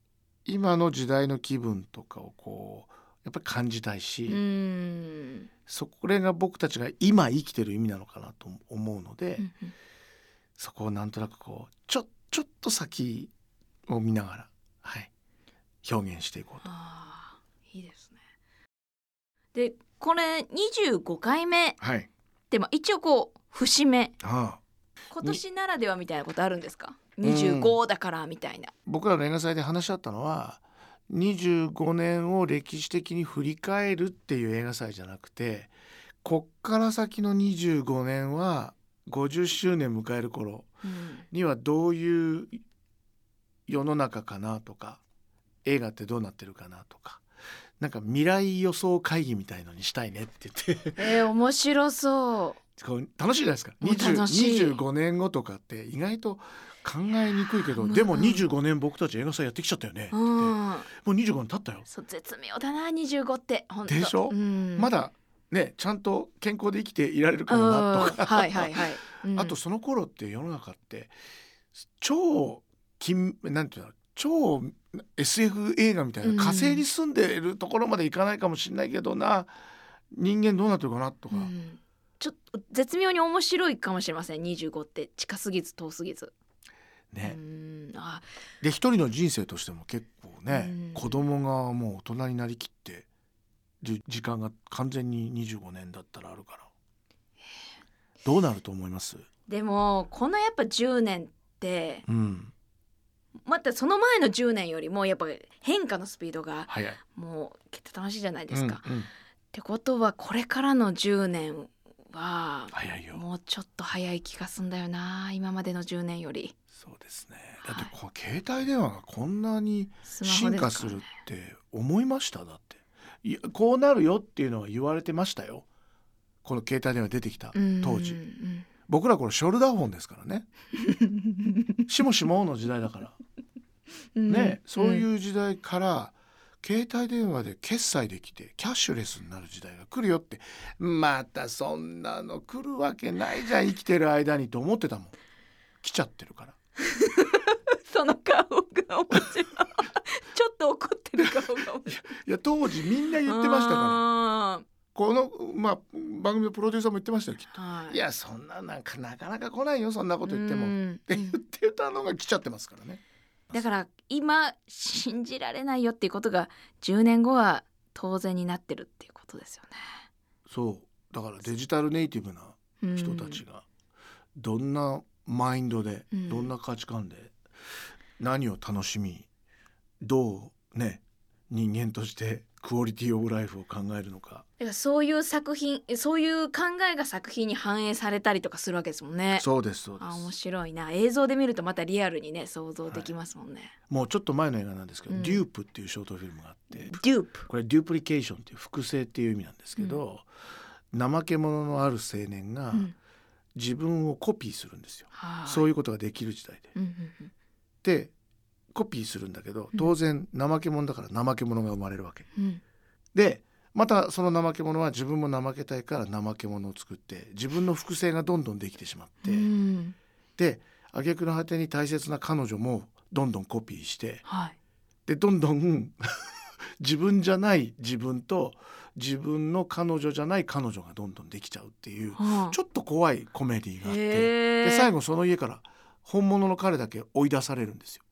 今の時代の気分とかをこうやっぱり感じたいし、それが僕たちが今生きてる意味なのかなと思うので、そこをなんとなくこうちょっと先を見ながら、はい、表現していこうと。 いいですね。でこれ25回目、 はい、 で一応こう節目、 今年ならではみたいなことあるんですか？25だからみたいな。 僕らの映画祭で話し合ったのは25年を歴史的に振り返るっていう映画祭じゃなくて、こっから先の25年は50周年迎える頃にはどういう世の中かなとか、映画ってどうなってるかなとか、なんか未来予想会議みたいのにしたいねって言って面白そう。 楽しいじゃないですか。25年後とかって意外と考えにくいけど、でも25年僕たち映画祭やってきちゃったよねって、もう25年経ったよ。 そう、絶妙だな25って本当でしょ、まだねちゃんと健康で生きていられるかもなとかあとその頃って世の中ってなんていうの、超 SF 映画みたいな、火星に住んでいるところまでいかないかもしれないけどな、人間どうなってるかなとか、 ちょっと絶妙に面白いかもしれません。25って近すぎず遠すぎずね。で一人の人生としても結構ね、子供がもう大人になりきってる時間が完全に25年だったらあるから、どうなると思います？でもこのやっぱ10年って、またその前の10年よりもやっぱ変化のスピードがもうけたたましいじゃないですか、ってことはこれからの10年はもうちょっと早い気がすんだよな、今までの10年より。 そうですね。だってこの携帯電話がこんなに進化するって思いました？だってこうなるよっていうのは言われてましたよ、この携帯電話出てきた当時。僕らこれショルダーフォンですからねしもしもの時代だからね、そういう時代から携帯電話で決済できてキャッシュレスになる時代が来るよって、またそんなの来るわけないじゃん生きてる間にと思ってたもん。来ちゃってるからその顔が面白いちょっと怒ってる顔が面白い。 いや当時みんな言ってましたから、この、番組のプロデューサーも言ってましたよきっと、いやそんななんかなかなか来ないよそんなこと言ってもって言ってたのが来ちゃってますからね。 だから今信じられないよっていうことが10年後は当然になってるっていうことですよね。 そうだからデジタルネイティブな人たちがどんなマインドで、どんな価値観で何を楽しみ、どうね人間としてクオリティオブライフを考えるのか。 だからそういう作品、そういう考えが作品に反映されたりとかするわけですもんね。 そうですそうです。 面白いな。映像で見るとまたリアルにね想像できますもんね、 もうちょっと前の映画なんですけど、デュープっていうショートフィルムがあって、 デュープ、 これデュープリケーションっていう複製っていう意味なんですけど、怠け者のある青年が自分をコピーするんですよ、そういうことができる時代で、でコピーするんだけど当然怠け者だから怠け者が生まれるわけ、でまたその怠け者は自分も怠けたいから怠け者を作って自分の複製がどんどんできてしまって、で挙句の果てに大切な彼女もどんどんコピーして、でどんどん自分じゃない自分と自分の彼女じゃない彼女がどんどんできちゃうっていう、ちょっと怖いコメディがあって、で最後その家から本物の彼だけ追い出されるんですよ。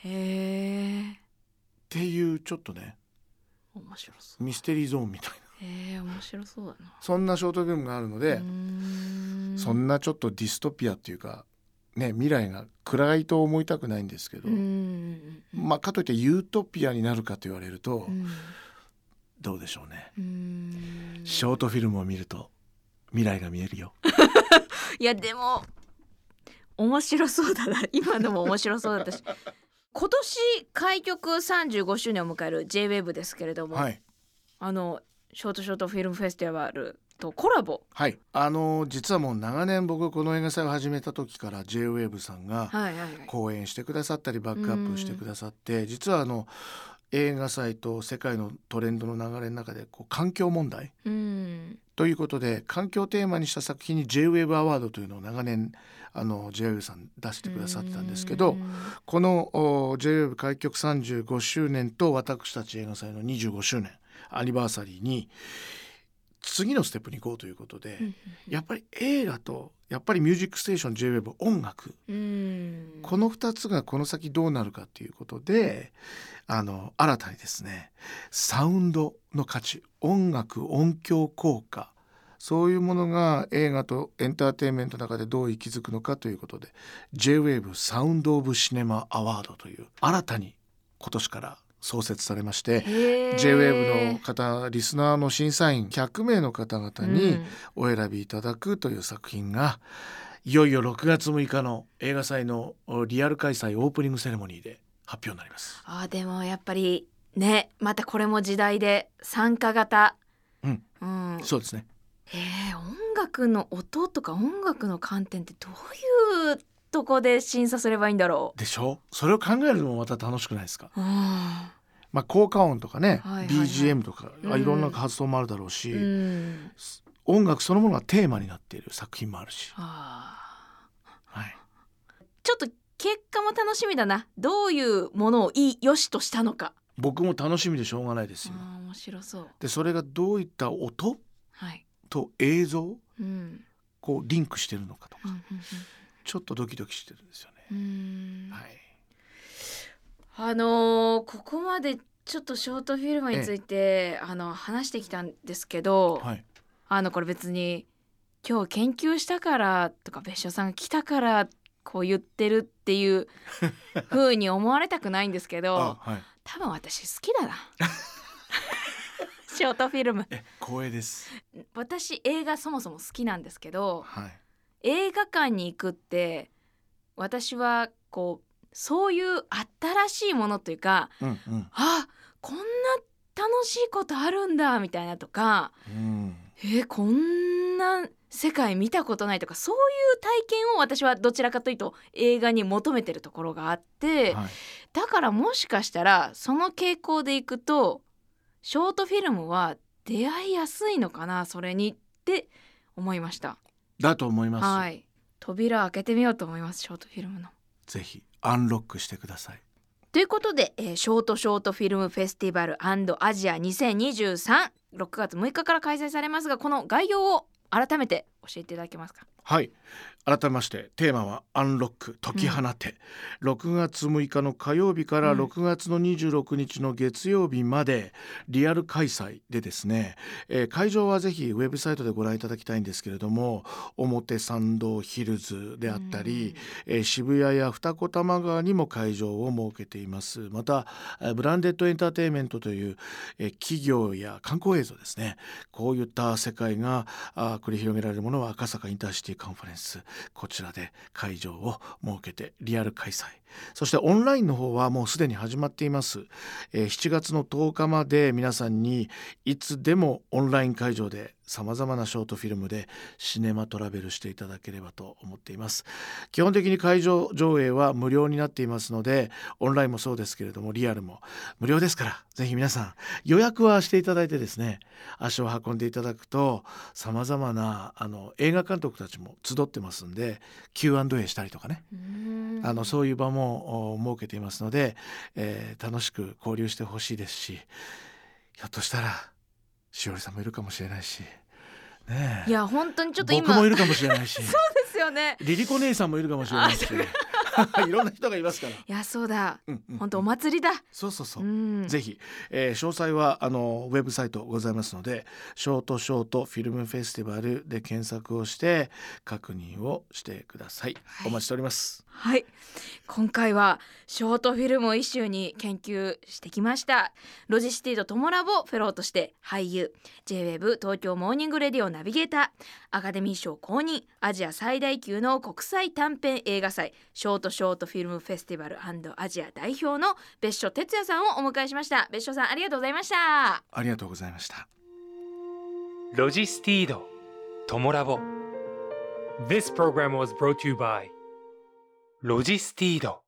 っていうちょっとね面白そう、 ミステリーゾーンみたいな、面白そうだな、 そんなショートフィルムがあるので、そんなちょっとディストピアっていうかね、未来が暗いと思いたくないんですけど、かといってユートピアになるかと言われると、どうでしょうね。ショートフィルムを見ると未来が見えるよいやでも面白そうだな、今のも面白そうだったし今年開局35周年を迎える J-WAVE ですけれども、ショートフィルムフェスティバルとコラボ、 実はもう長年僕この映画祭を始めた時から J-WAVE さんが講演してくださったりバックアップしてくださって、実は映画祭と世界のトレンドの流れの中で環境問題っということで環境をテーマにした作品に J-WAVE アワードというのを長年J-WAVE さん出してくださってたんですけど、この J-WAVE 開局35周年と私たち映画祭の25周年アニバーサリーに次のステップに行こうということで、やっぱり映画とやっぱりミュージックステーション J-WAVE 音楽、この2つがこの先どうなるかということで新たにですねサウンドの価値、音楽音響効果、そういうものが映画とエンターテインメントの中でどう息づくのかということで J-WAVE サウンドオブシネマアワードという新たに今年から創設されまして、 J-WAVE の方リスナーの審査員100名の方々にお選びいただくという作品が、いよいよ6月6日の映画祭のリアル開催オープニングセレモニーで発表になります。 でもやっぱりね、またこれも時代で参加型、 そうですね。 音楽の音とか音楽の観点ってどういうとこで審査すればいいんだろう。 でしょ。それを考えるのもまた楽しくないですか。効果音とかね、BGM とか、いろんな発想もあるだろうし、音楽そのものがテーマになっている作品もあるし、 ちょっと結果も楽しみだな。どういうものを良しとしたのか。 僕も楽しみでしょうがないですよ。 面白そう。 でそれがどういった音、と映像、こうリンクしてるのかとか、ちょっとドキドキしてるんですよね。 ここまでちょっとショートフィルムについて、話してきたんですけど、これ別に今日研究したからとか別所さんが来たからこう言ってるっていう風に思われたくないんですけど、多分私好きだなショートフィルム。 光栄です。 私映画そもそも好きなんですけど、映画館に行くって私はこうそういう新しいものというか、こんな楽しいことあるんだみたいなとか、こんな世界見たことないとか、そういう体験を私はどちらかというと映画に求めてるところがあって、だからもしかしたらその傾向でいくとショートフィルムは出会いやすいのかな、それにって思いました。 だと思います。 扉開けてみようと思います。ショートフィルムのぜひアンロックしてください。 ということで、ショートフィルムフェスティバル&アジア2023、6月6日から開催されますが、この概要を改めて教えていただけますか。改めましてテーマはアンロック解き放て、6月6日の火曜日から6月の26日の月曜日までリアル開催でですね、会場はぜひウェブサイトでご覧いただきたいんですけれども、表参道ヒルズであったり、渋谷や二子玉川にも会場を設けています。またブランデッドエンターテインメントという、企業や観光映像ですね、こういった世界が繰り広げられるものは赤坂インターシティカンファレンス、こちらで会場を設けてリアル開催。そしてオンラインの方はもうすでに始まっています。7月の10日まで皆さんにいつでもオンライン会場でさまざまなショートフィルムでシネマトラベルしていただければと思っています。基本的に会場上映は無料になっていますので、オンラインもそうですけれどもリアルも無料ですから、ぜひ皆さん予約はしていただいてですね、足を運んでいただくとさまざまな映画監督たちも集ってますんで Q&A したりとかね、そういう場も設けていますので、楽しく交流してほしいですし、ひょっとしたらしおりさんもいるかもしれないし、ね、いや本当にちょっと今僕もいるかもしれないしそうですよね、リリコ姉さんもいるかもしれないしいろんな人がいますから。いやそうだ、本当お祭りだ。そう、ぜひ、詳細はウェブサイトございますので、ショートフィルムフェスティバルで検索をして確認をしてください。お待ちしております。今回はショートフィルムを一周に研究してきました。ロジスティードトモラボフェローとして俳優、 J-WAVE 東京モーニングレディオナビゲーター、アカデミー賞公認、アジア最大級の国際短編映画祭ショートフィルムフェスティバル&アジア代表の別所哲也さんをお迎えしました。別所さんありがとうございました。ありがとうございました。 ロジスティードトモラボ This program was brought to you by ロジスティード。